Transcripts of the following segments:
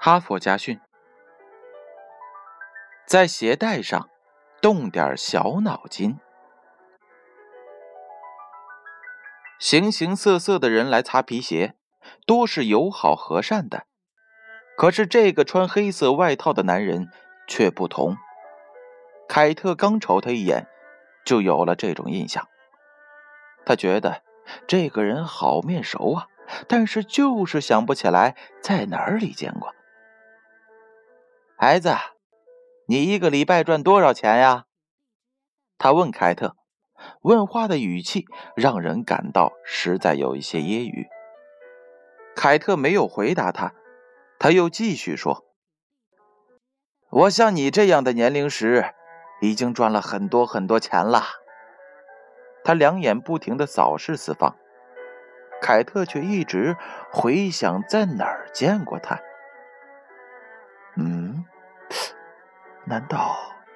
哈佛家训：在鞋带上动点小脑筋。形形色色的人来擦皮鞋，多是友好和善的。可是这个穿黑色外套的男人却不同。凯特刚瞅他一眼，就有了这种印象。他觉得这个人好面熟啊，但是就是想不起来在哪里见过。孩子，你一个礼拜赚多少钱呀？他问凯特，问话的语气让人感到实在有一些揶揄。凯特没有回答他，他又继续说，我像你这样的年龄时已经赚了很多很多钱了。他两眼不停地扫视四方，凯特却一直回想在哪儿见过他。难道……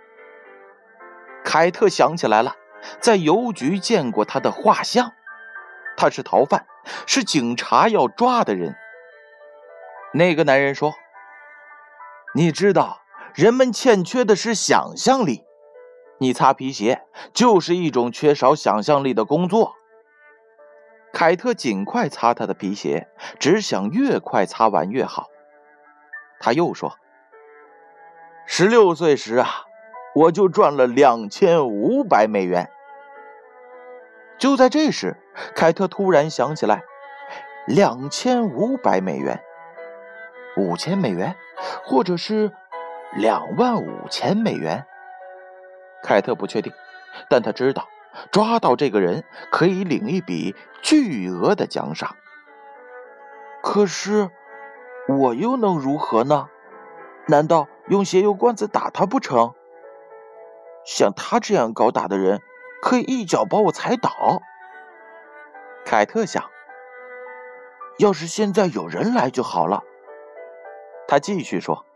凯特想起来了，在邮局见过他的画像。他是逃犯，是警察要抓的人。那个男人说，你知道人们欠缺的是想象力，你擦皮鞋就是一种缺少想象力的工作。凯特尽快擦他的皮鞋，只想越快擦完越好。他又说，16岁时啊，我就赚了2500美元。就在这时，凯特突然想起来，2500美元，5000美元，或者是25000美元。凯特不确定，但他知道抓到这个人可以领一笔巨额的奖赏。可是我又能如何呢？难道用鞋油罐子打他不成？像他这样高大的人可以一脚把我踩倒。凯特想，要是现在有人来就好了。他继续说，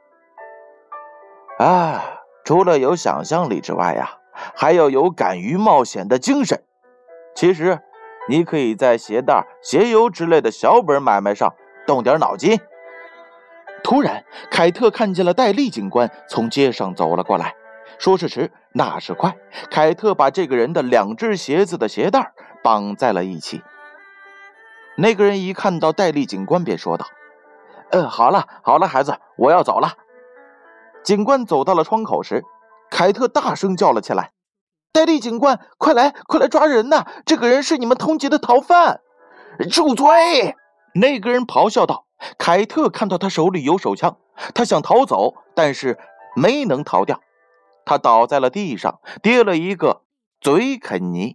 除了有想象力之外呀，还要有敢于冒险的精神。其实你可以在鞋带、鞋油之类的小本买卖上动点脑筋。突然，凯特看见了戴利警官从街上走了过来。说是迟，那是快，凯特把这个人的2只鞋子的鞋带绑在了一起。那个人一看到戴利警官便说道，好了孩子，我要走了。警官走到了窗口时，凯特大声叫了起来，戴利警官，快来抓人呐，这个人是你们通缉的逃犯。住嘴！那个人咆哮道。凯特看到他手里有手枪，他想逃走，但是没能逃掉。他倒在了地上，跌了一个嘴啃泥。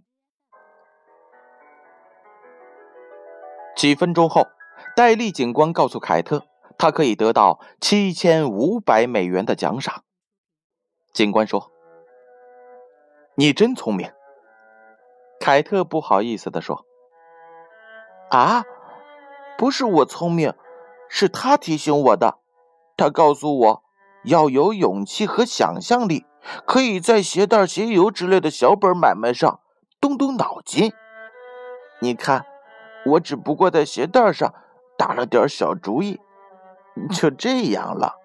几分钟后，戴利警官告诉凯特，他可以得到7500美元的奖赏。警官说，你真聪明。凯特不好意思地说，不是我聪明，是他提醒我的。他告诉我要有勇气和想象力，可以在鞋带、鞋油之类的小本买卖上动动脑筋。你看，我只不过在鞋带上打了点小主意，就这样了。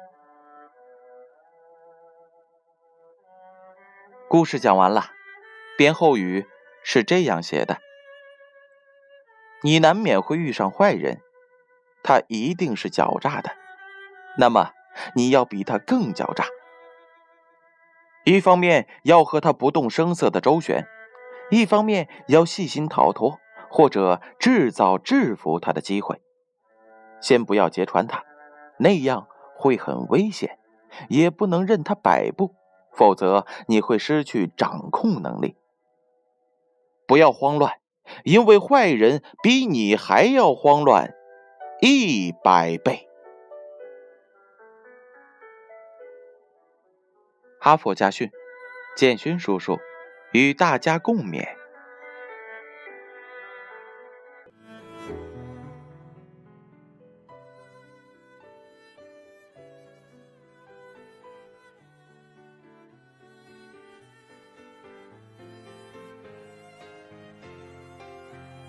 故事讲完了，编后语是这样写的，你难免会遇上坏人，他一定是狡诈的，那么你要比他更狡诈。一方面要和他不动声色的周旋，一方面要细心逃脱，或者制造制服他的机会。先不要揭穿他，那样会很危险，也不能任他摆布，否则你会失去掌控能力。不要慌乱，因为坏人比你还要慌乱100倍。哈佛家训，建勋叔叔与大家共勉。